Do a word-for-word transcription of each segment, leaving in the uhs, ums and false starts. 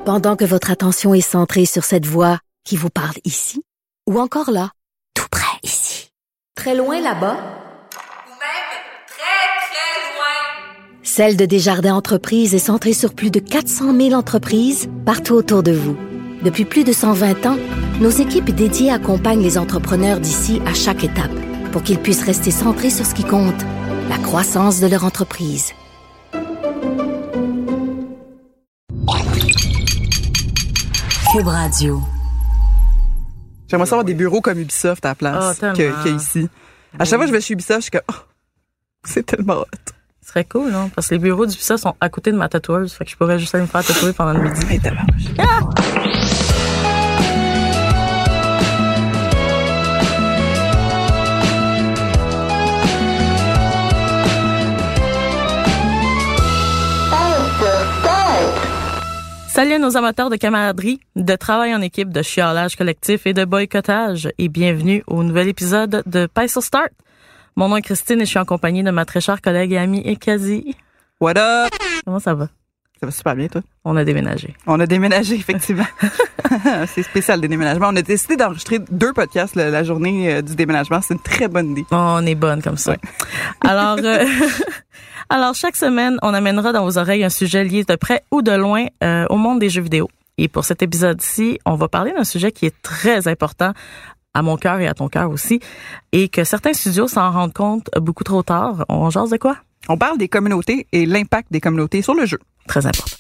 Pendant que votre attention est centrée sur cette voix qui vous parle ici, ou encore là, tout près ici, très loin là-bas, ou même très, très loin. Celle de Desjardins Entreprises est centrée sur plus de quatre cent mille entreprises partout autour de vous. Depuis plus de cent vingt ans, nos équipes dédiées accompagnent les entrepreneurs d'ici à chaque étape pour qu'ils puissent rester centrés sur ce qui compte, la croissance de leur entreprise. Cube Radio. J'aimerais savoir des bureaux comme Ubisoft à la place oh, que, que ici. À chaque fois que je vais chez Ubisoft, je suis comme, oh, c'est tellement hot. Ce serait cool, non? Parce que les bureaux d'Ubisoft sont à côté de ma tatoueuse. Fait que je pourrais juste aller me faire tatouer pendant le midi. Hey, ah! Salut à nos amateurs de camaraderie, de travail en équipe, de chiolage collectif et de boycottage. Et bienvenue au nouvel épisode de Pay sur Start. Mon nom est Christine et je suis en compagnie de ma très chère collègue et amie Ekazi. What up? Comment ça va? Ça va super bien, toi? On a déménagé. On a déménagé, effectivement. C'est spécial, le déménagement. On a décidé d'enregistrer deux podcasts la, la journée euh, du déménagement. C'est une très bonne idée. On est bonne comme ça. Ouais. Alors, euh, alors, chaque semaine, on amènera dans vos oreilles un sujet lié de près ou de loin euh, au monde des jeux vidéo. Et pour cet épisode-ci, on va parler d'un sujet qui est très important à mon cœur et à ton cœur aussi, et que certains studios s'en rendent compte beaucoup trop tard. On jase de quoi? On parle des communautés et l'impact des communautés sur le jeu. Très important.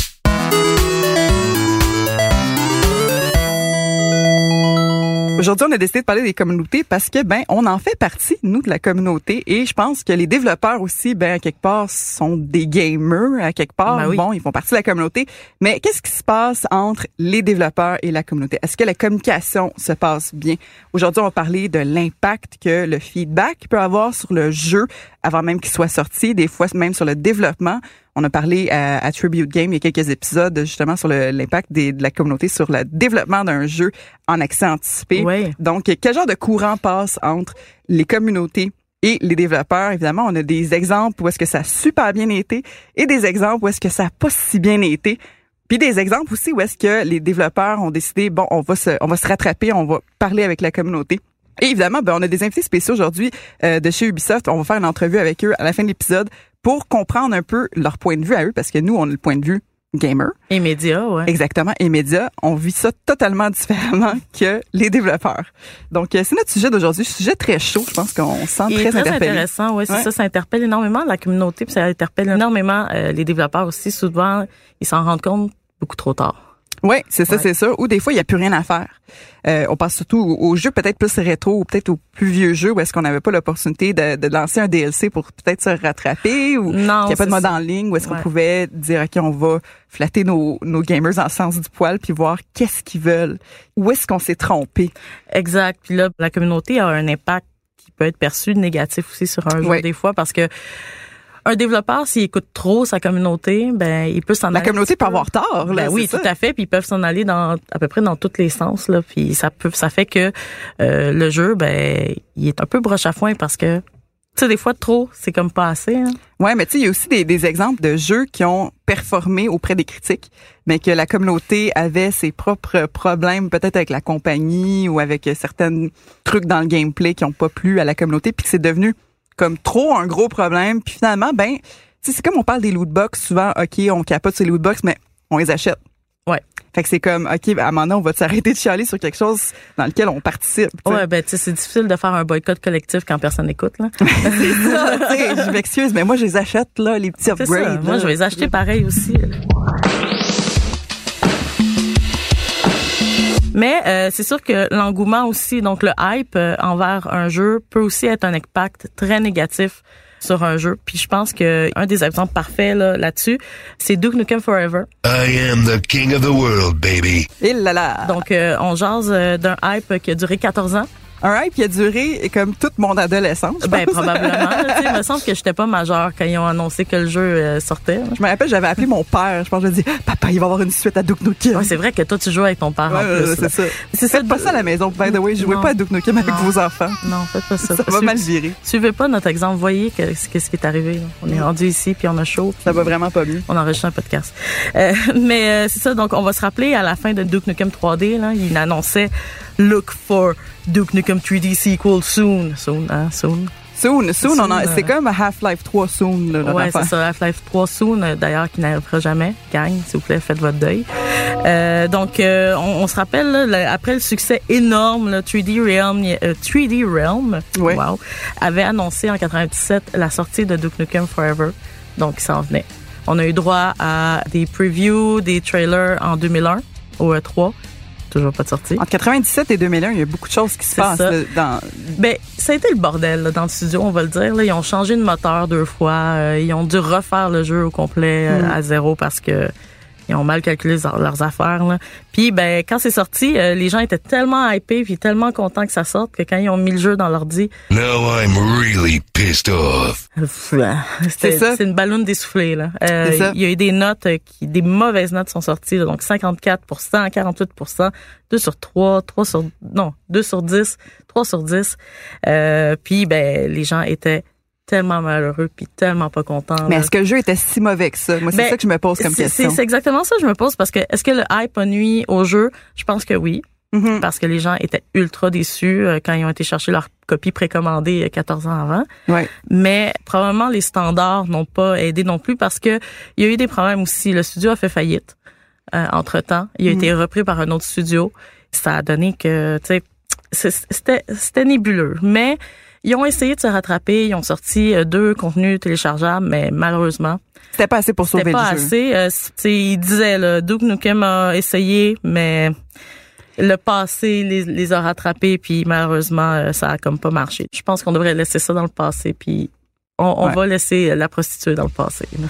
Aujourd'hui, on a décidé de parler des communautés parce que, ben, on en fait partie, nous, de la communauté. Et je pense que les développeurs aussi, ben, à quelque part, sont des gamers. À quelque part, ben oui. Bon, ils font partie de la communauté. Mais qu'est-ce qui se passe entre les développeurs et la communauté? Est-ce que la communication se passe bien? Aujourd'hui, on va parler de l'impact que le feedback peut avoir sur le jeu avant même qu'il soit sorti, des fois même sur le développement. On a parlé à, à Tribute Game il y a quelques épisodes justement sur le, l'impact des, de la communauté sur le développement d'un jeu en accès anticipé. Oui. Donc, quel genre de courant passe entre les communautés et les développeurs? Évidemment, on a des exemples où est-ce que ça a super bien été et des exemples où est-ce que ça n'a pas si bien été. Puis des exemples aussi où est-ce que les développeurs ont décidé, bon, on va se, on va se rattraper, on va parler avec la communauté. Et évidemment, ben, on a des invités spéciaux aujourd'hui euh, de chez Ubisoft. On va faire une entrevue avec eux à la fin de l'épisode pour comprendre un peu leur point de vue à eux, parce que nous, on a le point de vue gamer. Et médias, ouais. Exactement. Et médias, on vit ça totalement différemment que les développeurs. Donc, euh, c'est notre sujet d'aujourd'hui. Sujet très chaud. Je pense qu'on se sent Il très est très interpellé. intéressant, oui, c'est ouais. ça. Ça interpelle énormément la communauté, puis ça interpelle énormément euh, les développeurs aussi. Souvent, ils s'en rendent compte beaucoup trop tard. Oui, c'est ça, ouais. c'est ça. Ou des fois, il n'y a plus rien à faire. Euh, on pense surtout aux, aux jeux peut-être plus rétro ou peut-être aux plus vieux jeux où est-ce qu'on n'avait pas l'opportunité de, de lancer un D L C pour peut-être se rattraper ou non, qu'il n'y a pas de mode ça. en ligne où est-ce ouais. qu'on pouvait dire, OK, on va flatter nos, nos gamers dans le sens du poil puis voir qu'est-ce qu'ils veulent. Où est-ce qu'on s'est trompé? Exact. Puis là, la communauté a un impact qui peut être perçu négatif aussi sur un jeu ouais. des fois parce que un développeur, s'il écoute trop sa communauté, ben il peut s'en aller. La communauté peut avoir tort. Là, ben oui, c'est tout ça. à fait. Puis ils peuvent s'en aller dans à peu près dans tous les sens là. Puis ça peut, ça fait que euh, le jeu, ben il est un peu broche à foin parce que tu sais des fois trop, c'est comme pas assez. Hein. Ouais, mais tu sais, il y a aussi des, des exemples de jeux qui ont performé auprès des critiques, mais que la communauté avait ses propres problèmes, peut-être avec la compagnie ou avec certains trucs dans le gameplay qui ont pas plu à la communauté, puis que c'est devenu comme trop un gros problème. Puis finalement, ben, tu sais, c'est comme on parle des lootbox. Souvent, OK, on capote sur les lootbox, mais on les achète. Ouais. Fait que c'est comme, OK, à un moment donné, on va s'arrêter de chialer sur quelque chose dans lequel on participe. T'sais. Ouais, ben, tu sais, c'est difficile de faire un boycott collectif quand personne n'écoute, là. c'est ça, tu sais, je m'excuse, mais moi, je les achète, là, les petits upgrades. C'est ça. Moi, là. je vais les acheter pareil aussi. Là. Mais euh, c'est sûr que l'engouement aussi, donc le hype euh, envers un jeu peut aussi être un impact très négatif sur un jeu. Puis je pense que un des exemples parfaits là, là-dessus, c'est Duke Nukem Forever. I am the king of the world, baby. Et là là. Donc euh, on jase euh, d'un hype qui a duré quatorze ans. un hype qui a duré comme toute mon adolescence, je Ben, pense. probablement. Tu sais, il me semble que j'étais pas majeure quand ils ont annoncé que le jeu euh, sortait. Je me rappelle, j'avais appelé mon père. Je pense que je lui ai dit, papa, il va y avoir une suite à Duke Nukem. Ouais, c'est vrai que toi, tu joues avec ton père en Ouais, plus. c'est là. ça. C'est Faites pas ça à la maison, by the way. Jouez Non. pas à Duke Nukem avec Non. vos enfants. Non, faites pas ça. Ça va Su- mal virer. Suivez pas notre exemple. Voyez que- qu'est-ce qui est arrivé. là. On est rendu ici, puis on a chaud. Ça va vraiment pas mieux. On enregistre un podcast. Euh, mais euh, c'est ça, donc on va se rappeler à la fin de Duke Nukem trois D, là, il annonçait « Look for Duke Nukem trois D sequel soon ». Soon, hein, soon. Soon, soon, on a, Soon, c'est euh, comme Half-Life trois soon, là, leur Ouais, affaire. c'est ça, Half-Life trois soon, euh, d'ailleurs, qui n'arrivera jamais. Gang, s'il vous plaît, faites votre deuil. Euh, donc, euh, on, on se rappelle, là, le- après le succès énorme, là, trois D Realm, euh, trois D Realm, Ouais. wow, avait annoncé en quatre-vingt-dix-sept la sortie de Duke Nukem Forever. Donc, il s'en venait. On a eu droit à des previews, des trailers en deux mille un, au E trois. Toujours pas de sortie. Entre quatre-vingt-dix-sept et deux mille un, il y a beaucoup de choses qui se C'est passent. ça. là, dans... Ben, ça a été le bordel là, dans le studio, on va le dire. Là. Ils ont changé de moteur deux fois. Euh, ils ont dû refaire le jeu au complet euh, Mm. à zéro parce que ils ont mal calculé leurs, leurs affaires. Là. Puis, ben, quand c'est sorti, euh, les gens étaient tellement hypés puis tellement contents que ça sorte que quand ils ont mis le jeu dans l'ordi, Now I'm really pissed off. c'était, C'est ça. c'est une balloune d'essoufflé. Là. Euh, C'est ça. il y a eu des notes, euh, qui, des mauvaises notes sont sorties. Là, donc cinquante-quatre pour cent, quarante-huit pour cent, deux sur trois, trois sur, non, deux sur dix, trois sur dix. Euh, puis, ben, les gens étaient tellement malheureux puis tellement pas contents. Mais là. est-ce que le jeu était si mauvais que ça? Moi, c'est Ben, ça que je me pose comme c'est, question. c'est, c'est exactement ça que je me pose parce que est-ce que le hype a nuit au jeu? Je pense que oui. Mhm. Parce que les gens étaient ultra déçus euh, quand ils ont été chercher leur copie précommandée euh, quatorze ans avant. Ouais. Mais probablement les standards n'ont pas aidé non plus parce que il y a eu des problèmes aussi. Le studio a fait faillite euh, entre-temps. Il a Mhm. été repris par un autre studio. Ça a donné que, tu sais, c'est- c'était, c'était nébuleux. Mais ils ont essayé de se rattraper. Ils ont sorti euh, deux contenus téléchargeables, mais malheureusement, C'était pas assez pour sauver c'était pas le jeu. assez. Euh, c'est- tu sais, ils disaient, là, Duke Nukem a essayé, mais le passé les, les a rattrapés, puis malheureusement, euh, ça a comme pas marché. Je pense qu'on devrait laisser ça dans le passé, puis on, on Ouais. va laisser la prostituée dans le passé. là.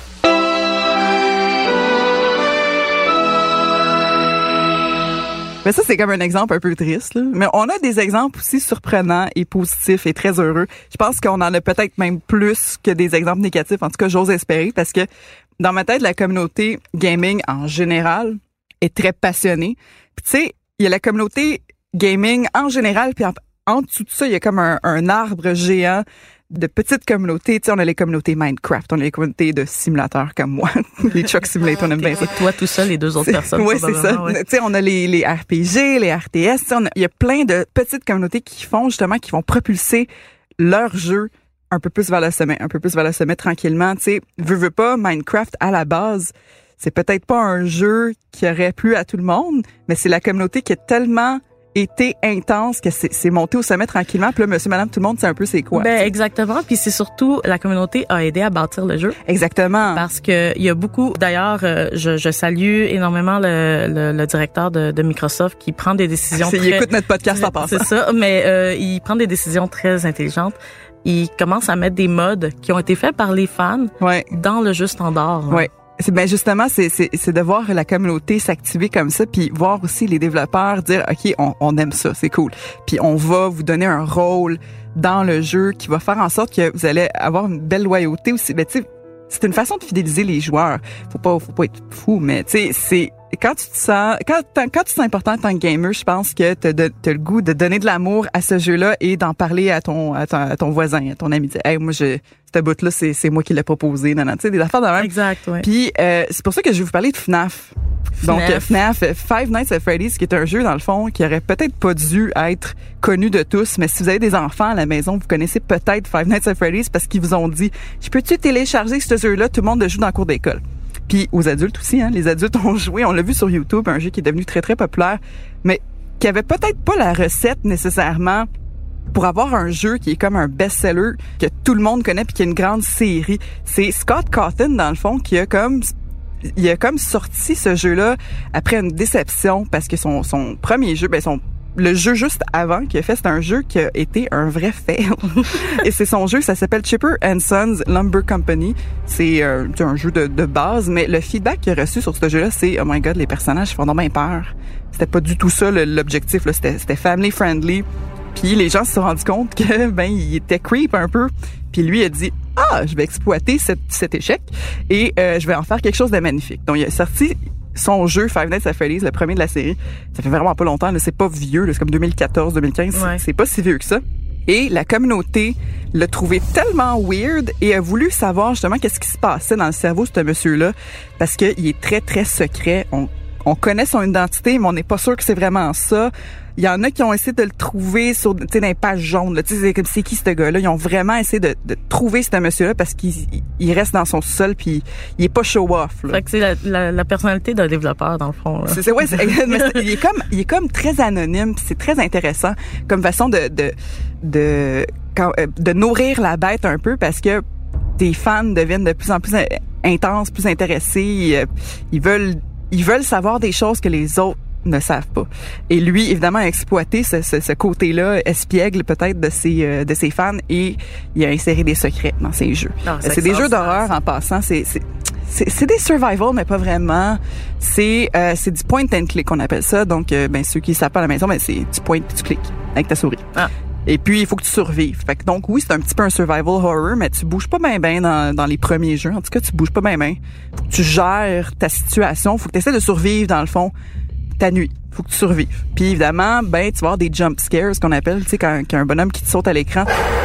Mais ça, c'est comme un exemple un peu triste. Là. Mais on a des exemples aussi surprenants et positifs et très heureux. Je pense qu'on en a peut-être même plus que des exemples négatifs. En tout cas, j'ose espérer parce que dans ma tête, la communauté gaming en général est très passionnée. Puis tu sais, il y a la communauté gaming en général, puis en, en dessous de ça, il y a comme un, un arbre géant de petites communautés. Tu sais, on a les communautés Minecraft, on a les communautés de simulateurs comme moi. Les Truck Simulator, on aime bien ça. Toi tout seul, les deux autres personnes. Oui, c'est ça. probablement, ouais. Tu sais, on a les, les R P G, les R T S. tu sais, on a- Il y a plein de petites communautés qui font justement, qui vont propulser leur jeu un peu plus vers le sommet, un peu plus vers le sommet tranquillement. Tu sais, veux, veux pas, Minecraft à la base, c'est peut-être pas un jeu qui aurait plu à tout le monde, mais c'est la communauté qui a tellement été intense que c'est, c'est monté au sommet tranquillement. Puis là, monsieur, madame, tout le monde sait un peu c'est quoi. Ben, tu sais. exactement. Puis c'est surtout, la communauté a aidé à bâtir le jeu. Exactement. Parce que il y a beaucoup. D'ailleurs, euh, je, je salue énormément le, le, le directeur de, de Microsoft qui prend des décisions. C'est- très, il écoute notre podcast en passant. C'est ça, mais euh, il prend des décisions très intelligentes. Il commence à mettre des modes qui ont été faits par les fans Ouais. dans le jeu standard. hein. Ouais. C'est ben justement c'est c'est c'est de voir la communauté s'activer comme ça puis voir aussi les développeurs dire OK, on on aime ça, c'est cool. Puis on va vous donner un rôle dans le jeu qui va faire en sorte que vous allez avoir une belle loyauté aussi. Ben tu sais, c'est une façon de fidéliser les joueurs. Faut pas faut pas être fou, mais tu sais c'est quand tu te sens quand t'as- quand tu te sens important en tant que gamer, je pense que t'as de- t'as le goût de donner de l'amour à ce jeu-là et d'en parler à ton à ton, à ton voisin, à ton ami. Dire, hey, moi je cette bout là c'est c'est moi qui l'ai proposé, non non, tu sais des affaires de même. Exact, ouais. Puis euh, c'est pour ça que je vais vous parler de F N A F. Donc euh, F N A F, euh, Five Nights at Freddy's, qui est un jeu dans le fond qui aurait peut-être pas dû être connu de tous, mais si vous avez des enfants à la maison, vous connaissez peut-être Five Nights at Freddy's parce qu'ils vous ont dit, je peux-tu télécharger ce jeu-là, tout le monde le joue dans le cours d'école. Puis aux adultes aussi, hein, les adultes ont joué, on l'a vu sur YouTube, un jeu qui est devenu très très populaire, mais qui avait peut-être pas la recette nécessairement pour avoir un jeu qui est comme un best-seller que tout le monde connaît puis qui est une grande série. C'est Scott Cawthon dans le fond qui a comme il a comme sorti ce jeu-là après une déception parce que son son premier jeu, ben son le jeu juste avant qu'il a fait, c'est un jeu qui a été un vrai fail. Et c'est son jeu, ça s'appelle Chipper and Sons Lumber Company. C'est euh, c'est un jeu de, de base, mais le feedback qu'il a reçu sur ce jeu-là, c'est oh my god, les personnages font donc bien peur. C'était pas du tout ça le- l'objectif. Là, c'était c'était family friendly. Puis les gens se sont rendus compte que ben il était creep un peu. Puis lui a dit ah je vais exploiter cette, cet échec et euh, je vais en faire quelque chose de magnifique. Donc il a sorti son jeu Five Nights at Freddy's, le premier de la série. Ça fait vraiment pas longtemps, là, c'est pas vieux, là, c'est comme deux mille quatorze, deux mille quinze, ouais. c'est pas si vieux que ça. Et la communauté l'a trouvé tellement weird et a voulu savoir justement qu'est-ce qui se passait dans le cerveau de ce monsieur-là parce qu'il est très, très secret. On, on connaît son identité, mais on n'est pas sûr que c'est vraiment ça. Il y en a qui ont essayé de le trouver sur, tu sais, dans les pages jaunes, là. Tu sais, c'est comme, c'est qui ce gars-là? Ils ont vraiment essayé de, de trouver ce monsieur-là parce qu'il il reste dans son sol puis il est pas show-off, là. Fait que c'est la, la, la personnalité d'un développeur, dans le fond, là. C'est, c'est, ouais, c'est, mais c'est, il est comme, il est comme très anonyme puis c'est très intéressant comme façon de, de, de, quand, de nourrir la bête un peu parce que tes fans deviennent de plus en plus intenses, plus intéressés. Ils, ils veulent, ils veulent savoir des choses que les autres ne savent pas. Et lui, évidemment, a exploité ce, ce, ce côté-là espiègle peut-être de ses euh, de ses fans et il a inséré des secrets dans ses jeux. Non, c'est, c'est des jeux d'horreur en passant. C'est c'est c'est, c'est des survival, mais pas vraiment. C'est euh, c'est du point and click, on appelle ça. Donc, euh, ben ceux qui savent pas à la maison, ben c'est tu pointes puis tu cliques avec ta souris. Ah. Et puis, il faut que tu survives. Fait que donc, oui, c'est un petit peu un survival horror, mais tu bouges pas bien bien dans, dans les premiers jeux. En tout cas, tu bouges pas bien bien. Faut que tu gères ta situation. Faut que tu essaies de survivre, dans le fond, ta nuit. Faut que tu survives. Puis, évidemment, ben, tu vas avoir des jump scares, ce qu'on appelle, tu sais, quand, quand un bonhomme qui te saute à l'écran.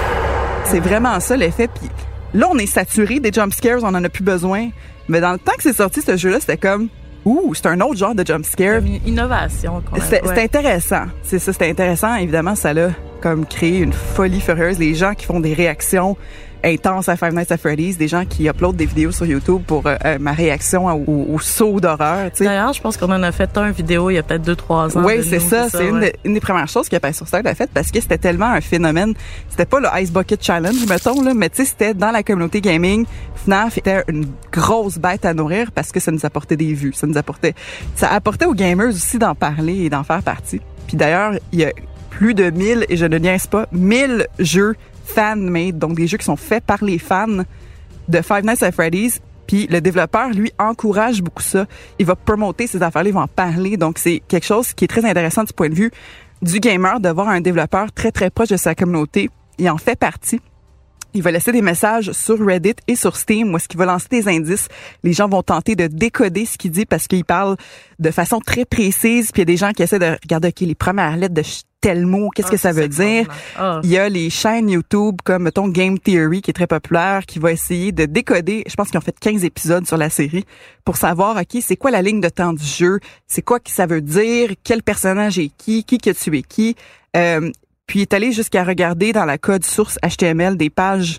C'est vraiment ça, l'effet. Puis là, on est saturé des jump scares, on en a plus besoin. Mais dans le temps que c'est sorti, ce jeu-là, c'était comme... Ouh, c'est un autre genre de jump scare. Une innovation. C'était, ouais. c'était intéressant. C'est ça, c'était intéressant. Évidemment, ça l'a comme créé une folie furieuse. Les gens qui font des réactions intenses à Five Nights at Freddy's, des gens qui uploadent des vidéos sur YouTube pour euh, ma réaction au, au saut d'horreur. Tu sais. D'ailleurs, je pense qu'on en a fait un vidéo il y a peut-être deux, trois ans. Oui, c'est nous, ça. c'est, c'est ça, une, ouais. de, une des premières choses que Pain sur Style a fait parce que c'était tellement un phénomène. C'était pas le Ice Bucket Challenge, mettons, là, mais tu sais, c'était dans la communauté gaming. F N A F était une grosse bête à nourrir parce que ça nous apportait des vues. Ça nous apportait, ça apportait aux gamers aussi d'en parler et d'en faire partie. Puis d'ailleurs, il y a plus de mille, et je ne niaise pas, mille jeux fan-made, donc des jeux qui sont faits par les fans de Five Nights at Freddy's. Puis le développeur, lui, encourage beaucoup ça. Il va promoter ces affaires-là, il va en parler. Donc c'est quelque chose qui est très intéressant du point de vue du gamer, de voir un développeur très, très proche de sa communauté. Il en fait partie. Il va laisser des messages sur Reddit et sur Steam où est-ce qu'il va lancer des indices. Les gens vont tenter de décoder ce qu'il dit parce qu'il parle de façon très précise. Puis il y a des gens qui essaient de regarder, OK, les premières lettres de tel mot, qu'est-ce oh, que ça veut dire? Oh. Il y a les chaînes YouTube comme, mettons, Game Theory qui est très populaire, qui va essayer de décoder. Je pense qu'ils ont fait quinze épisodes sur la série pour savoir, OK, c'est quoi la ligne de temps du jeu? C'est quoi que ça veut dire? Quel personnage est qui? Qui que tu es qui? Euh, Puis il est allé jusqu'à regarder dans la code source H T M L des pages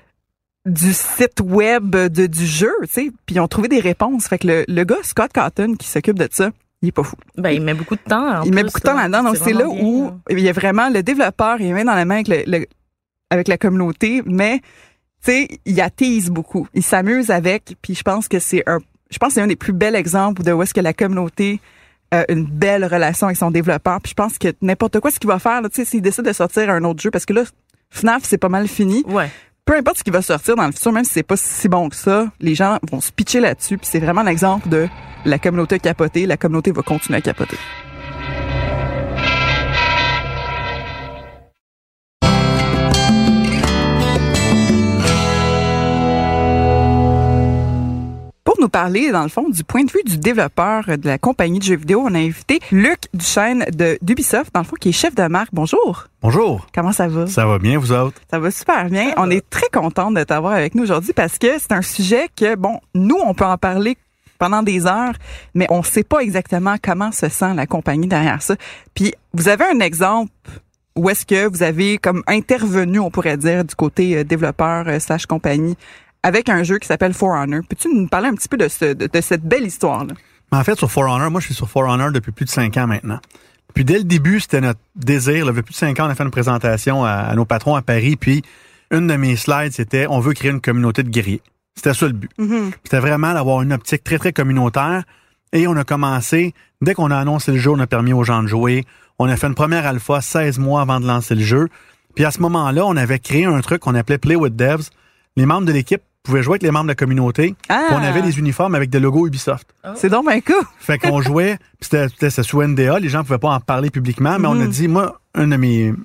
du site web de, du jeu, tu sais. Puis ils ont trouvé des réponses. Fait que le, le gars, Scott Cotton, qui s'occupe de ça, il est pas fou. Ben, il met beaucoup de temps. En il plus, met beaucoup de temps là-dedans. Donc, c'est, c'est là bien, où hein. il y a vraiment le développeur, il est main dans la main avec, le, le, avec la communauté, mais, tu sais, il attise beaucoup. Il s'amuse avec, puis je pense que c'est un, je pense que c'est un des plus bels exemples de où est-ce que la communauté a une belle relation avec son développeur. Puis je pense que n'importe quoi ce qu'il va faire, tu sais, s'il décide de sortir un autre jeu, parce que là, F N A F, c'est pas mal fini. Ouais. Peu importe ce qui va sortir dans le futur, même si c'est pas si bon que ça, les gens vont se pitcher là-dessus. Puis c'est vraiment l'exemple de la communauté a capoté, la communauté va continuer à capoter. Pour nous parler, dans le fond, du point de vue du développeur de la compagnie de jeux vidéo, on a invité Luc Duchesne de, d'Ubisoft, dans le fond, qui est chef de marque. Bonjour. Bonjour. Comment ça va? Ça va bien, vous autres? Ça va super bien. On est très contents de t'avoir avec nous aujourd'hui parce que c'est un sujet que, bon, nous, on peut en parler pendant des heures, mais on sait pas exactement comment se sent la compagnie derrière ça. Puis, vous avez un exemple où est-ce que vous avez comme intervenu, on pourrait dire, du côté développeur slash compagnie, avec un jeu qui s'appelle For Honor. Peux-tu nous parler un petit peu de, ce, de, de cette belle histoire-là? En fait, sur For Honor, moi, je suis sur For Honor depuis plus de cinq ans maintenant. Puis dès le début, c'était notre désir. Là, depuis plus de cinq ans, on a fait une présentation à, à nos patrons à Paris. Puis une de mes slides, c'était « On veut créer une communauté de guerriers ». C'était ça le but. Mm-hmm. C'était vraiment d'avoir une optique très, très communautaire. Et on a commencé, dès qu'on a annoncé le jeu, on a permis aux gens de jouer. On a fait une première alpha seize mois avant de lancer le jeu. Puis à ce moment-là, on avait créé un truc qu'on appelait Play with Devs. Les membres de l'équipe pouvaient jouer avec les membres de la communauté. Ah. On avait des uniformes avec des logos Ubisoft. Oh. C'est donc bien cool. Fait qu'on jouait, puis c'était, c'était sous N D A, les gens pouvaient pas en parler publiquement, mais mm. on a dit, moi, un de mes,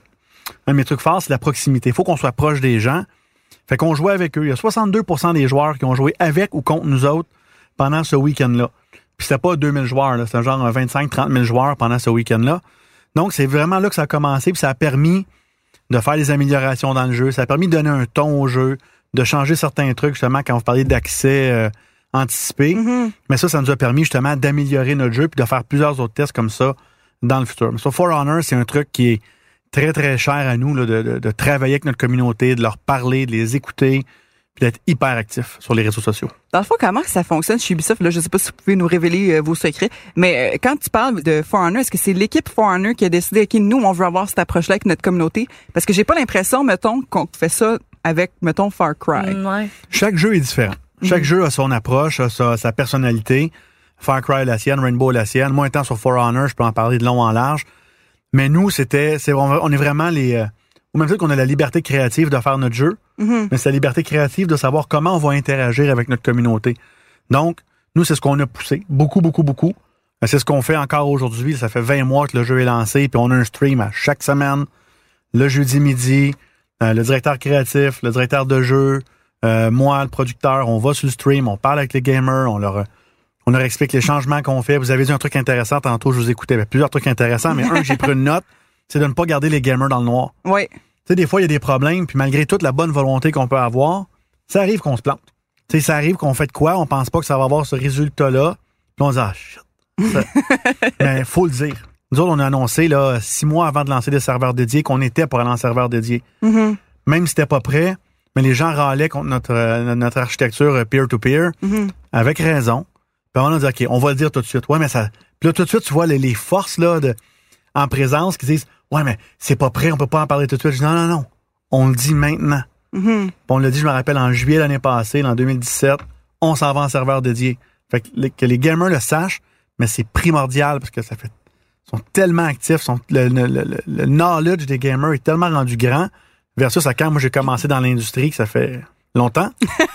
un de mes trucs forts, c'est la proximité. Il faut qu'on soit proche des gens. Fait qu'on jouait avec eux. Il y a soixante-deux pour cent des joueurs qui ont joué avec ou contre nous autres pendant ce week-end-là. Puis c'était pas deux mille joueurs, là. C'était genre vingt-cinq à trente mille joueurs pendant ce week-end-là. Donc, c'est vraiment là que ça a commencé, puis ça a permis de faire des améliorations dans le jeu. Ça a permis de donner un ton au jeu, de changer certains trucs, justement, quand vous parliez d'accès euh, anticipé. Mm-hmm. Mais ça, ça nous a permis, justement, d'améliorer notre jeu puis de faire plusieurs autres tests comme ça dans le futur. Mais sur For Honor, c'est un truc qui est très, très cher à nous, là, de, de, de travailler avec notre communauté, de leur parler, de les écouter, puis d'être hyper actif sur les réseaux sociaux. Dans le fond, comment ça fonctionne chez Ubisoft? Là, je ne sais pas si vous pouvez nous révéler euh, vos secrets, mais euh, quand tu parles de For Honor, est-ce que c'est l'équipe For Honor qui a décidé, OK, nous, on veut avoir cette approche-là avec notre communauté? Parce que j'ai pas l'impression, mettons, qu'on fait ça avec, mettons, Far Cry. Mm, ouais. Chaque jeu est différent. Chaque mm-hmm. jeu a son approche, a sa, sa personnalité. Far Cry la sienne, Rainbow la sienne. Moi, étant sur For Honor, je peux en parler de long en large. Mais nous, c'était, c'est, on est vraiment les... Euh, au même titre qu'on a la liberté créative de faire notre jeu, mm-hmm. mais c'est la liberté créative de savoir comment on va interagir avec notre communauté. Donc, nous, c'est ce qu'on a poussé. Beaucoup, beaucoup, beaucoup. C'est ce qu'on fait encore aujourd'hui. Ça fait vingt mois que le jeu est lancé, puis on a un stream à chaque semaine, le jeudi midi. Euh, le directeur créatif, le directeur de jeu, euh, moi, le producteur, on va sur le stream, on parle avec les gamers, on leur, on leur explique les changements qu'on fait. Vous avez dit un truc intéressant tantôt, je vous écoutais. Il y avait plusieurs trucs intéressants, mais un que j'ai pris une note, c'est de ne pas garder les gamers dans le noir. Oui. Tu sais, des fois, il y a des problèmes, puis malgré toute la bonne volonté qu'on peut avoir, ça arrive qu'on se plante. Tu sais, ça arrive qu'on fait de quoi, on pense pas que ça va avoir ce résultat-là, puis on se dit, ah, shit. Mais faut le dire. Nous autres, on a annoncé, là, six mois avant de lancer des serveurs dédiés, qu'on était pour aller en serveur dédié. Mm-hmm. Même si c'était pas prêt, mais les gens râlaient contre notre, euh, notre architecture peer-to-peer, mm-hmm. avec raison. Puis on a dit, OK, on va le dire tout de suite. Ouais, mais ça. Puis là, tout de suite, tu vois les, les forces, là, de, en présence qui disent, ouais, mais c'est pas prêt, on peut pas en parler tout de suite. Je dis, non, non, non. On le dit maintenant. Mm-hmm. Puis on l'a dit, je me rappelle, en juillet l'année passée, en deux mille dix-sept, on s'en va en serveur dédié. Fait que les, que les gamers le sachent, mais c'est primordial parce que ça fait. Sont tellement actifs, sont, le, le, le, le knowledge des gamers est tellement rendu grand, versus à quand moi j'ai commencé dans l'industrie, que ça fait longtemps,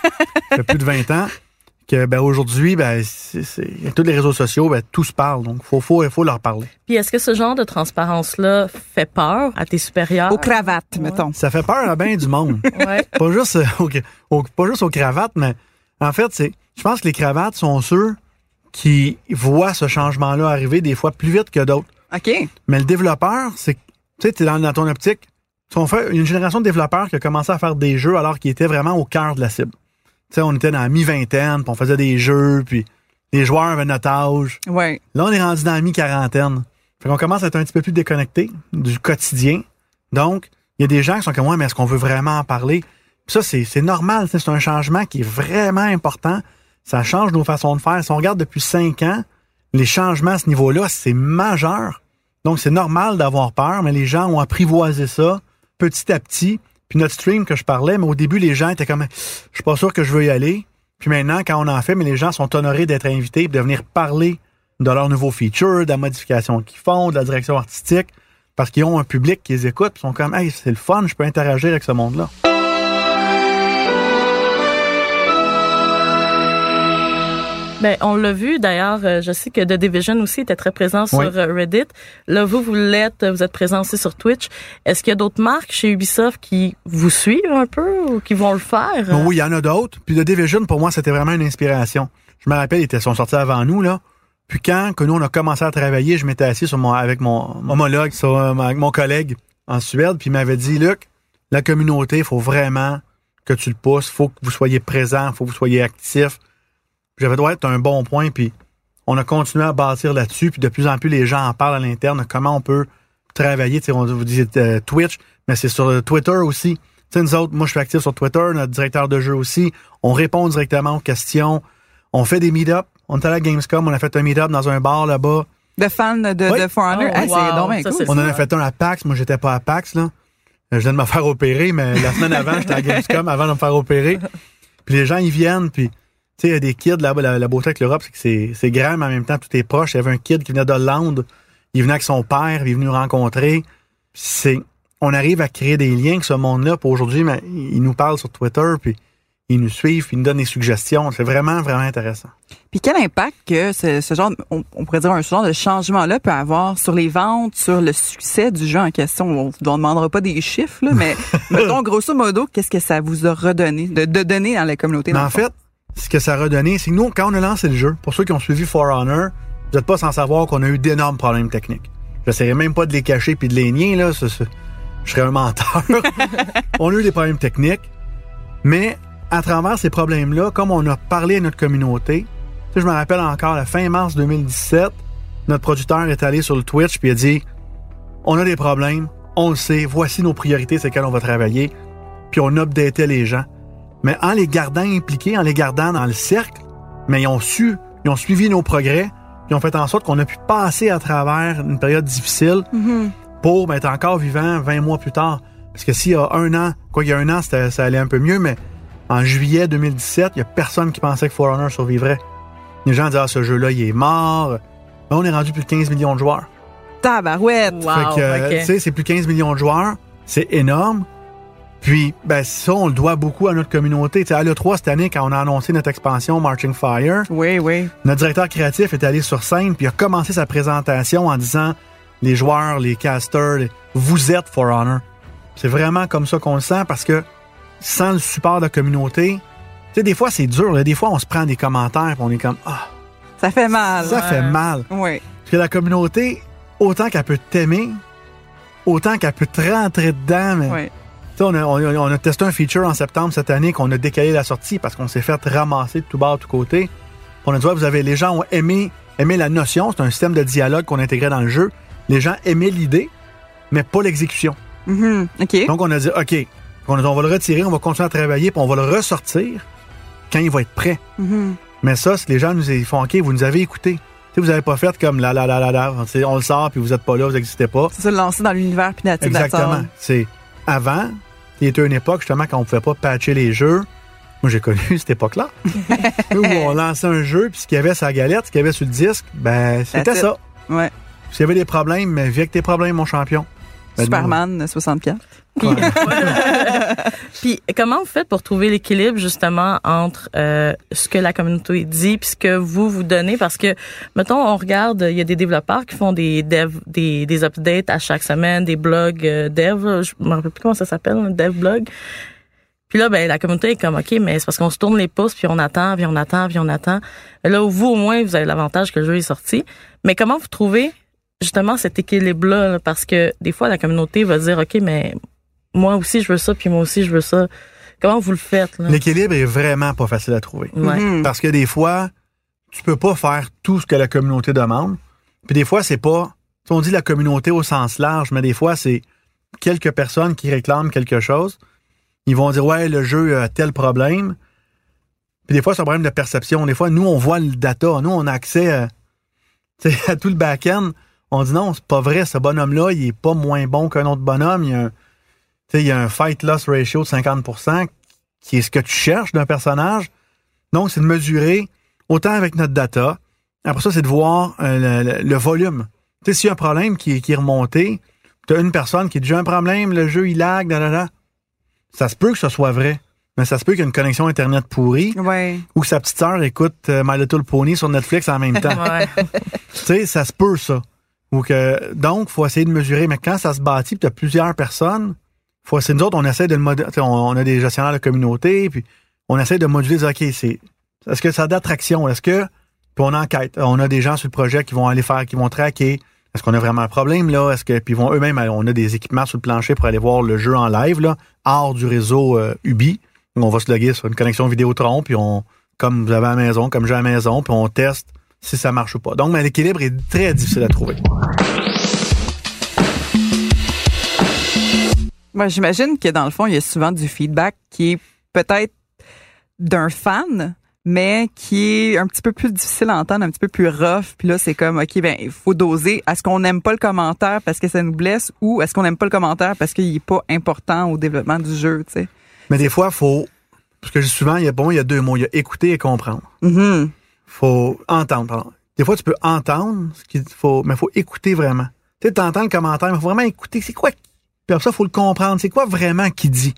ça fait plus de vingt ans, que ben aujourd'hui, ben c'est, c'est, tous les réseaux sociaux, ben tout se parle, donc faut, faut, faut leur parler. Puis est-ce que ce genre de transparence-là fait peur à tes supérieurs? Aux cravates, ouais. mettons. Ça fait peur à bien du monde. Ouais. Pas juste au, au, pas juste aux cravates, mais en fait, c'est, je pense que les cravates sont ceux qui voient ce changement-là arriver des fois plus vite que d'autres. OK. Mais le développeur, c'est, tu sais, t'es dans, dans ton optique. On fait une génération de développeurs qui a commencé à faire des jeux alors qu'ils étaient vraiment au cœur de la cible. Tu sais, on était dans la mi-vingtaine, puis on faisait des jeux, puis les joueurs avaient notre âge. Ouais. Là, on est rendu dans la mi-quarantaine. Fait qu'on commence à être un petit peu plus déconnecté du quotidien. Donc, il y a des gens qui sont comme moi, mais est-ce qu'on veut vraiment en parler? Puis ça, c'est, c'est normal. C'est un changement qui est vraiment important. Ça change nos façons de faire. Si on regarde depuis cinq ans, les changements à ce niveau-là, c'est majeur. Donc, c'est normal d'avoir peur, mais les gens ont apprivoisé ça petit à petit. Puis notre stream que je parlais, mais au début, les gens étaient comme, je suis pas sûr que je veux y aller. Puis maintenant, quand on en fait, mais les gens sont honorés d'être invités et de venir parler de leurs nouveaux features, de la modification qu'ils font, de la direction artistique, parce qu'ils ont un public qui les écoute, puis sont comme, hey, c'est le fun, je peux interagir avec ce monde-là. Ben, on l'a vu d'ailleurs, je sais que The Division aussi était très présent sur oui. Reddit. Là, vous, vous l'êtes, vous êtes présent aussi sur Twitch. Est-ce qu'il y a d'autres marques chez Ubisoft qui vous suivent un peu ou qui vont le faire? Oui, il y en a d'autres. Puis The Division, pour moi, c'était vraiment une inspiration. Je me rappelle, ils sont sortis avant nous, là. Puis quand que nous, on a commencé à travailler, je m'étais assis sur mon, avec mon homologue, sur, avec mon collègue en Suède, puis il m'avait dit, Luc, la communauté, il faut vraiment que tu le pousses, il faut que vous soyez présent, il faut que vous soyez actifs. J'avais droit être un bon point, puis on a continué à bâtir là-dessus, puis de plus en plus, les gens en parlent à l'interne, comment on peut travailler. On vous disait euh, Twitch, mais c'est sur Twitter aussi. T'sais, nous autres, moi, je suis actif sur Twitter, notre directeur de jeu aussi. On répond directement aux questions. On fait des meet-ups. On est allé à Gamescom, on a fait un meet-up dans un bar là-bas. De fans de, oui. de For Honor. Oh, ah, wow. c'est donc bien Ça, cool. c'est On ça. en a fait un à PAX. Moi, j'étais pas à PAX, là. Je viens de me faire opérer, mais la semaine avant, j'étais à Gamescom avant de me faire opérer. Puis les gens, ils viennent, puis tu sais, il y a des kids, là, la, la beauté avec l'Europe, c'est que c'est, c'est grand, mais en même temps, tout est proche. Il y avait un kid qui venait d'Hollande. Il venait avec son père, il est venu nous rencontrer. Puis c'est, on arrive à créer des liens avec ce monde-là. Puis aujourd'hui, mais, il nous parle sur Twitter, puis ils nous suivent, ils nous donnent des suggestions. C'est vraiment, vraiment intéressant. Puis quel impact que ce, ce genre, on, on pourrait dire un genre de changement-là peut avoir sur les ventes, sur le succès du jeu en question? On ne vous demandera pas des chiffres, là, mais mettons, grosso modo, qu'est-ce que ça vous a redonné, de, de donner dans la communauté? Mais en fait, ce que ça a redonné, c'est que nous, quand on a lancé le jeu, pour ceux qui ont suivi For Honor, vous n'êtes pas sans savoir qu'on a eu d'énormes problèmes techniques. Je n'essaierai même pas de les cacher puis de les nier, là. Ça, ça, je serais un menteur. On a eu des problèmes techniques, mais à travers ces problèmes-là, comme on a parlé à notre communauté, tu sais, je me rappelle encore, la fin mars deux mille dix-sept, notre producteur est allé sur le Twitch puis il a dit « On a des problèmes, on le sait, voici nos priorités, c'est lesquelles on va travailler. » Puis on updatait les gens. Mais en les gardant impliqués, en les gardant dans le cercle, mais ils ont su, ils ont suivi nos progrès, ils ont fait en sorte qu'on a pu passer à travers une période difficile mm-hmm. pour ben, être encore vivant vingt mois plus tard. Parce que s'il y a un an, quoi qu'il y a un an, c'était, ça allait un peu mieux, mais en juillet deux mille dix-sept, il n'y a personne qui pensait que For Honor survivrait. Les gens disaient « Ah, ce jeu-là, il est mort. » Ben, on est rendu plus de quinze millions de joueurs. Tabarouette! Wow, fait que, okay. tu sais, c'est plus de quinze millions de joueurs. C'est énorme. Puis, ben, ça, on le doit beaucoup à notre communauté. T'sais, à l'E trois, cette année, quand on a annoncé notre expansion Marching Fire, oui, oui. notre directeur créatif est allé sur scène puis il a commencé sa présentation en disant « Les joueurs, les casters, les... vous êtes For Honor. » C'est vraiment comme ça qu'on le sent parce que sans le support de la communauté, tu sais, des fois, c'est dur. Là. Des fois, on se prend des commentaires et on est comme « Ah! » Ça fait mal. Ça ouais. fait mal. Oui. Parce que la communauté, autant qu'elle peut t'aimer, autant qu'elle peut te rentrer dedans, mais... Oui. On a, on, a, on a testé un feature en septembre cette année qu'on a décalé la sortie parce qu'on s'est fait ramasser de tout bas, de tout côté. On a dit, ouais, vous avez, les gens ont aimé, aimé la notion, c'est un système de dialogue qu'on intégrait dans le jeu. Les gens aimaient l'idée, mais pas l'exécution. Mm-hmm. OK. Donc, on a dit, OK, on, a, on va le retirer, on va continuer à travailler, puis on va le ressortir quand il va être prêt. Mm-hmm. Mais ça, si les gens nous font, OK, vous nous avez écoutés. T'sais, vous n'avez pas fait comme la la la la la, on le sort, puis vous n'êtes pas là, vous n'existez pas. C'est ça, le lancer dans l'univers, puis natif. Exactement. C'est avant... Il était une époque, justement, quand on ne pouvait pas patcher les jeux. Moi, j'ai connu cette époque-là. Où on lançait un jeu, puis ce qu'il y avait sur la galette, ce qu'il y avait sur le disque, ben, c'était ça. Ouais. S'il y avait des problèmes, mais viens avec tes problèmes, mon champion. Ben, Superman nous... soixante-quatre. Puis, puis, comment vous faites pour trouver l'équilibre, justement, entre euh, ce que la communauté dit et ce que vous, vous donnez? Parce que, mettons, on regarde, il y a des développeurs qui font des dev, des, des updates à chaque semaine, des blogs euh, dev, je me rappelle plus comment ça s'appelle, dev blog. Puis là, ben, la communauté est comme, OK, mais c'est parce qu'on se tourne les pouces, puis on attend, puis on attend, puis on attend. Là où vous, au moins, vous avez l'avantage que le jeu est sorti. Mais comment vous trouvez, justement, cet équilibre-là? Là? Parce que, des fois, la communauté va dire, OK, mais moi aussi, je veux ça, puis moi aussi, je veux ça. Comment vous le faites, là? L'équilibre est vraiment pas facile à trouver. Ouais. Mm-hmm. Parce que des fois, tu peux pas faire tout ce que la communauté demande. Puis des fois, c'est pas... On dit la communauté au sens large, mais des fois, c'est quelques personnes qui réclament quelque chose. Ils vont dire, ouais, le jeu a tel problème. Puis des fois, c'est un problème de perception. Des fois, nous, on voit le data. Nous, on a accès à, à tout le back-end. On dit, non, c'est pas vrai, ce bonhomme-là, il est pas moins bon qu'un autre bonhomme. Il y a un... il y a un fight-loss ratio de cinquante pour cent qui est ce que tu cherches d'un personnage. Donc, c'est de mesurer autant avec notre data. Après ça, c'est de voir euh, le, le volume. Tu sais, s'il y a un problème qui, qui est remonté, tu as une personne qui dit « J'ai un problème, le jeu, il lag, da, da, da. » Ça se peut que ce soit vrai, mais ça se peut qu'il y ait une connexion Internet pourrie ouais. ou que sa petite sœur écoute euh, My Little Pony sur Netflix en même temps. Ouais. Tu sais, ça se peut, ça. Ou que, donc, il faut essayer de mesurer. Mais quand ça se bâtit, tu as plusieurs personnes, faut, c'est nous autres, on essaie de le moduler. On, on a des gestionnaires de communauté, puis on essaie de moduler, de dire, OK, c'est, est-ce que ça a d'attraction? Est-ce que, puis on enquête. On a des gens sur le projet qui vont aller faire, qui vont traquer. Est-ce qu'on a vraiment un problème, là? Est-ce que, puis ils vont eux-mêmes, on a des équipements sur le plancher pour aller voir le jeu en live, là, hors du réseau euh, Ubi. Donc, on va se loguer sur une connexion Vidéotron, puis on, comme vous avez à la maison, comme j'ai à la maison, puis on teste si ça marche ou pas. Donc, mais l'équilibre est très difficile à trouver. Moi, j'imagine que dans le fond, il y a souvent du feedback qui est peut-être d'un fan, mais qui est un petit peu plus difficile à entendre, un petit peu plus rough. Puis là, c'est comme, OK, ben il faut doser. Est-ce qu'on n'aime pas le commentaire parce que ça nous blesse ou est-ce qu'on n'aime pas le commentaire parce qu'il n'est pas important au développement du jeu, tu sais? Mais des fois, il faut... Parce que souvent, il y a, bon, il y a deux mots. Il y a écouter et comprendre. Mm-hmm. Faut entendre, pardon. Des fois, tu peux entendre, ce qu'il faut, mais il faut écouter vraiment. Tu sais, tu entends le commentaire, mais il faut vraiment écouter. C'est quoi? Puis après ça, il faut le comprendre. C'est quoi vraiment qu'il dit? Tu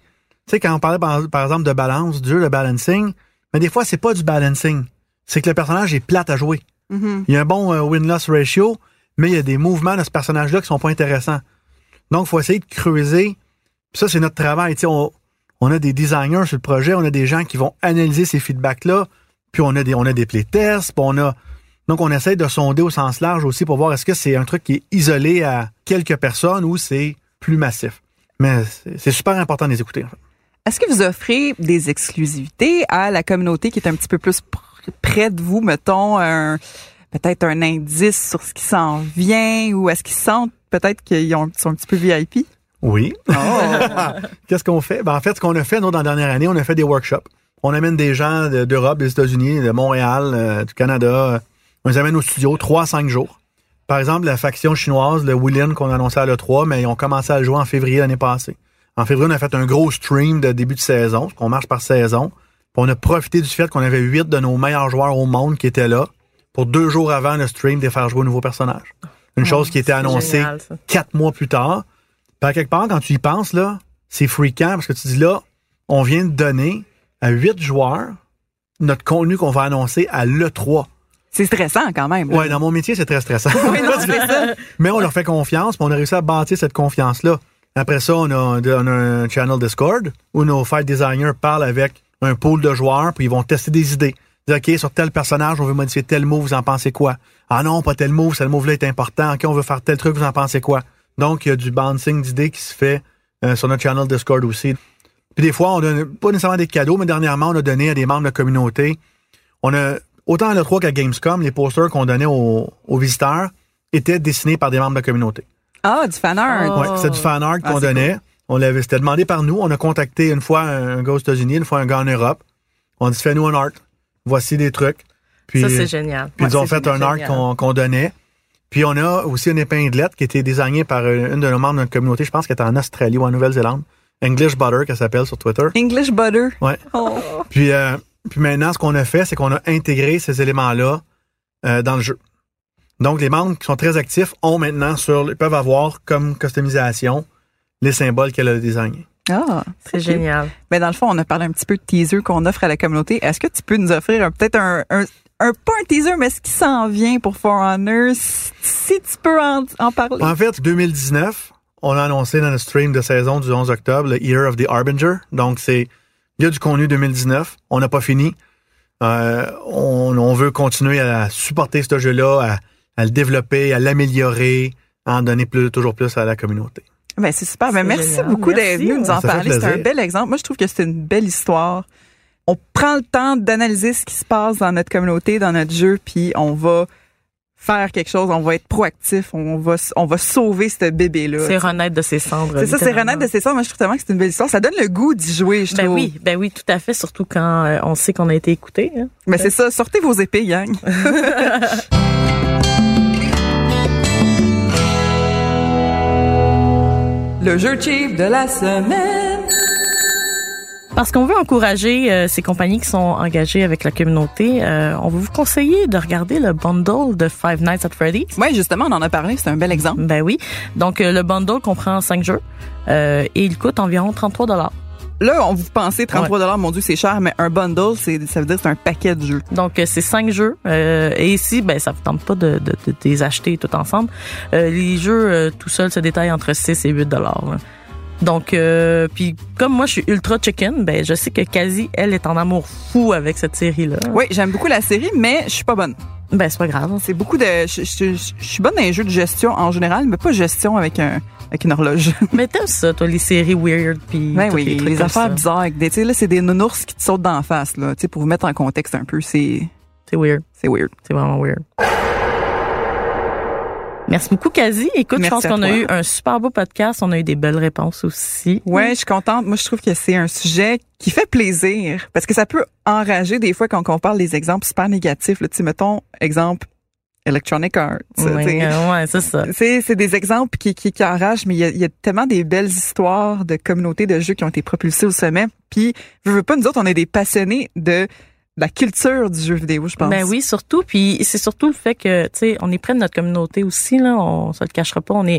sais, quand on parlait par, par exemple de balance, du jeu de balancing, mais des fois, c'est pas du balancing. C'est que le personnage est plate à jouer. Mm-hmm. Il y a un bon euh, win-loss ratio, mais il y a des mouvements de ce personnage-là qui sont pas intéressants. Donc, il faut essayer de creuser. Puis ça, c'est notre travail. Tu sais, on, on a des designers sur le projet, on a des gens qui vont analyser ces feedbacks-là, puis on a des, on a des playtests, puis on a... Donc, on essaie de sonder au sens large aussi pour voir est-ce que c'est un truc qui est isolé à quelques personnes ou c'est plus massif. Mais c'est, c'est super important de les écouter, en fait. Est-ce que vous offrez des exclusivités à la communauté qui est un petit peu plus pr- près de vous, mettons, un, peut-être un indice sur ce qui s'en vient ou est-ce qu'ils sentent peut-être qu'ils ont, sont un petit peu V I P? Oui. Oh. Qu'est-ce qu'on fait? Ben, en fait, ce qu'on a fait, nous, dans la dernière année, on a fait des workshops. On amène des gens de, d'Europe, des États-Unis, de Montréal, euh, du Canada. On les amène au studio trois à cinq jours. Par exemple, la faction chinoise, le Willian qu'on annonçait à l'E trois, mais ils ont commencé à le jouer en février l'année passée. En février, on a fait un gros stream de début de saison, parce qu'on marche par saison. Puis on a profité du fait qu'on avait huit de nos meilleurs joueurs au monde qui étaient là pour deux jours avant le stream de faire jouer un nouveau personnage. Une oh, chose qui était annoncée génial, quatre mois plus tard. Puis à quelque part, quand tu y penses, là, c'est fréquent parce que tu dis là, on vient de donner à huit joueurs notre contenu qu'on va annoncer à l'E trois. C'est stressant quand même. Oui, dans mon métier, c'est très stressant. Oui, non, c'est ça. Mais on leur fait confiance, puis on a réussi à bâtir cette confiance-là. Après ça, on a, on a un channel Discord où nos fight designers parlent avec un pool de joueurs, puis ils vont tester des idées. Dire, OK, sur tel personnage, on veut modifier tel move, vous en pensez quoi? Ah non, pas tel move, ce move-là est important. OK, on veut faire tel truc, vous en pensez quoi? Donc, il y a du bouncing d'idées qui se fait euh, sur notre channel Discord aussi. Puis des fois, on donne pas nécessairement des cadeaux, mais dernièrement, on a donné à des membres de la communauté. On a, autant à l'E trois qu'à Gamescom, les posters qu'on donnait aux, aux visiteurs étaient dessinés par des membres de la communauté. Ah, du fan art. Oui, c'est du fan art qu'on ah, donnait. Cool. On l'avait, c'était demandé par nous. On a contacté une fois un gars aux États-Unis, une fois un gars en Europe. On a dit, fais-nous un art. Voici des trucs. Puis, ça, c'est génial. Puis ouais, ils ont fait un art qu'on, qu'on donnait. Puis on a aussi une épinglette qui a été désignée par une de nos membres de notre communauté. Je pense qu'elle est en Australie ou en Nouvelle-Zélande. English Butter, qu'elle s'appelle sur Twitter. English Butter. Ouais. Oh. Puis, euh, puis maintenant, ce qu'on a fait, c'est qu'on a intégré ces éléments-là euh, dans le jeu. Donc, les membres qui sont très actifs ont maintenant sur, ils peuvent avoir comme customisation les symboles qu'elle a désignés. Ah, c'est okay. Génial. Ben dans le fond, on a parlé un petit peu de teaser qu'on offre à la communauté. Est-ce que tu peux nous offrir un, peut-être un, un, un, pas un teaser, mais ce qui s'en vient pour For Honor, si, si tu peux en, en parler? En fait, deux mille dix-neuf, on a annoncé dans le stream de saison du onze octobre le Year of the Harbinger. Donc, c'est, il y a du contenu deux mille dix-neuf. On n'a pas fini. Euh, on, on veut continuer à supporter ce jeu-là, à à le développer, à l'améliorer, à en donner plus, toujours plus à la communauté. Ben c'est super. Ben, merci génial. beaucoup Merci, d'être venu nous en parler. C'est un bel exemple. Moi, je trouve que c'est une belle histoire. On prend le temps d'analyser ce qui se passe dans notre communauté, dans notre jeu, puis on va faire quelque chose, on va être proactif, on va on va sauver ce bébé-là. C'est renaître de ses cendres. C'est ça, c'est renaître de ses cendres. Moi, je trouve tellement que c'est une belle histoire. Ça donne le goût d'y jouer, je ben trouve. Oui, ben oui, tout à fait, surtout quand euh, on sait qu'on a été écouté. Hein. Ben c'est ça, sortez vos épées, gang. Le jeu cheap de la semaine. Parce qu'on veut encourager euh, ces compagnies qui sont engagées avec la communauté, euh, on veut vous conseiller de regarder le bundle de Five Nights at Freddy's. Oui, justement, on en a parlé, c'est un bel exemple. Ben oui. Donc, euh, le bundle comprend cinq jeux euh, et il coûte environ trente-trois dollars. Là, on vous pensez trente-trois dollars, ouais. Mon Dieu, c'est cher, mais un bundle, c'est, ça veut dire que c'est un paquet de jeux. Donc, euh, c'est cinq jeux. Euh, et ici, ben, ça vous tente pas de, de, de, de les acheter tout ensemble. Euh, les jeux, euh, tout seuls, se détaillent entre six et huit dollars. Là. Donc, euh, puis comme moi, je suis ultra chicken, ben, je sais que Kazi, elle, est en amour fou avec cette série-là. Oui, j'aime beaucoup la série, mais je suis pas bonne. Ben, c'est pas grave. C'est beaucoup de... Je, je, je, je suis bonne dans les jeux de gestion en général, mais pas gestion avec un... avec une horloge. Mais t'aimes ça, toi, les séries weird puis ben oui, les, les affaires bizarres. Tu sais, là, c'est des nounours qui te sautent d'en face, là. Tu sais, pour vous mettre en contexte un peu, c'est... C'est weird. C'est weird. C'est vraiment weird. Merci beaucoup, Kazi. Écoute, Merci je pense qu'on a eu un super beau podcast. On a eu des belles réponses aussi. Ouais, je suis contente. Moi, je trouve que c'est un sujet qui fait plaisir. Parce que ça peut enrager des fois quand on parle des exemples super négatifs. Là. Tu sais, mettons, exemple, Electronic Arts. Ouais, euh, ouais, c'est ça. C'est, c'est des exemples qui, qui, qui enragent, mais il y, a, il y a tellement des belles histoires de communautés de jeux qui ont été propulsées au sommet. Puis, je veux pas, nous autres, on est des passionnés de la culture du jeu vidéo, je pense. Ben oui, surtout. Puis, c'est surtout le fait que, tu sais, on est près de notre communauté aussi, là. On se le cachera pas. On est,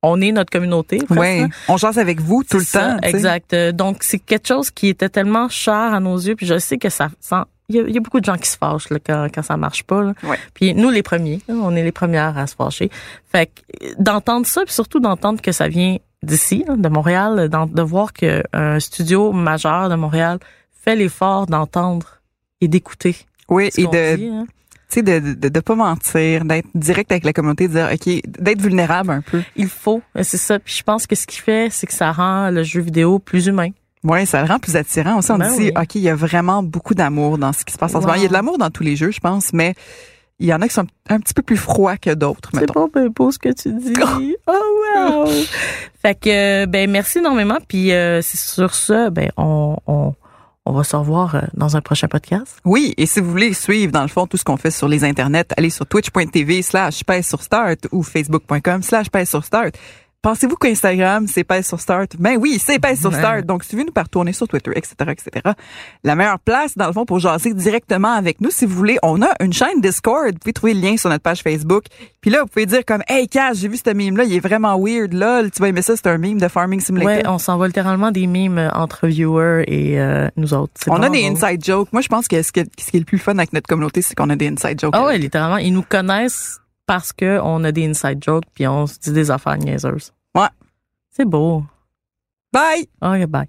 on est notre communauté. Oui, on jase avec vous tout le ça, temps. T'sais. Exact. Donc, c'est quelque chose qui était tellement cher à nos yeux, puis je sais que ça... ça il y, a, il y a beaucoup de gens qui se fâchent là, quand, quand ça marche pas. Là. Ouais. Puis nous, les premiers, là, on est les premières à se fâcher. Fait que d'entendre ça, puis surtout d'entendre que ça vient d'ici, là, de Montréal, de voir qu'un studio majeur de Montréal fait l'effort d'entendre et d'écouter. Oui, ce et qu'on de... dit, hein. Tu sais, de, de, de pas mentir, d'être direct avec la communauté, de dire, OK, d'être vulnérable un peu. Il faut, c'est ça. Puis je pense que ce qu'il fait, c'est que ça rend le jeu vidéo plus humain. Oui, ça le rend plus attirant aussi. On Ben dit, oui. OK, il y a vraiment beaucoup d'amour dans ce qui se passe en ce Wow. moment. Il y a de l'amour dans tous les jeux, je pense, mais il y en a qui sont un petit peu plus froids que d'autres, C'est mettons. pas bien beau ce que tu dis. Oh wow! Fait que, ben, merci énormément. Puis euh, c'est sur ça, ben, on, on, on va se revoir euh, dans un prochain podcast. Oui, et si vous voulez suivre, dans le fond, tout ce qu'on fait sur les internets, allez sur twitch.tv slash pèse sur start ou facebook.com slash pèse sur start. Pensez-vous qu'Instagram, c'est pèse sur start? Ben oui, c'est pèse sur start. Donc, suivez-nous partout. On est sur Twitter, et cetera, et cetera. La meilleure place, dans le fond, pour jaser directement avec nous, si vous voulez, on a une chaîne Discord. Vous pouvez trouver le lien sur notre page Facebook. Puis là, vous pouvez dire comme, hey, Cash, j'ai vu ce meme-là, il est vraiment weird, lol. Tu vas aimer ça, c'est un meme de Farming Simulator. Ouais, on s'envoie littéralement des mimes entre viewers et euh, nous autres. C'est On a vraiment des drôle. inside jokes. Moi, je pense que ce qui est, ce qui est le plus fun avec notre communauté, c'est qu'on a des inside jokes. Ah ouais, littéralement, ils nous connaissent parce que on a des inside jokes puis on se dit des affaires niaiseuses. Ouais. C'est beau. Bye! OK, bye.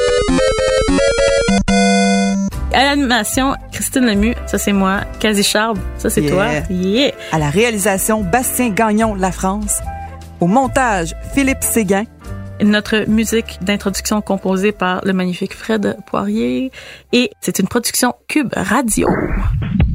À l'animation, Christine Lemieux, ça c'est moi. Quasi Charbe, ça c'est Yeah. toi. Yeah! À la réalisation, Bastien Gagnon, La France. Au montage, Philippe Séguin. Notre musique d'introduction composée par le magnifique Fred Poirier. Et c'est une production Cube Radio.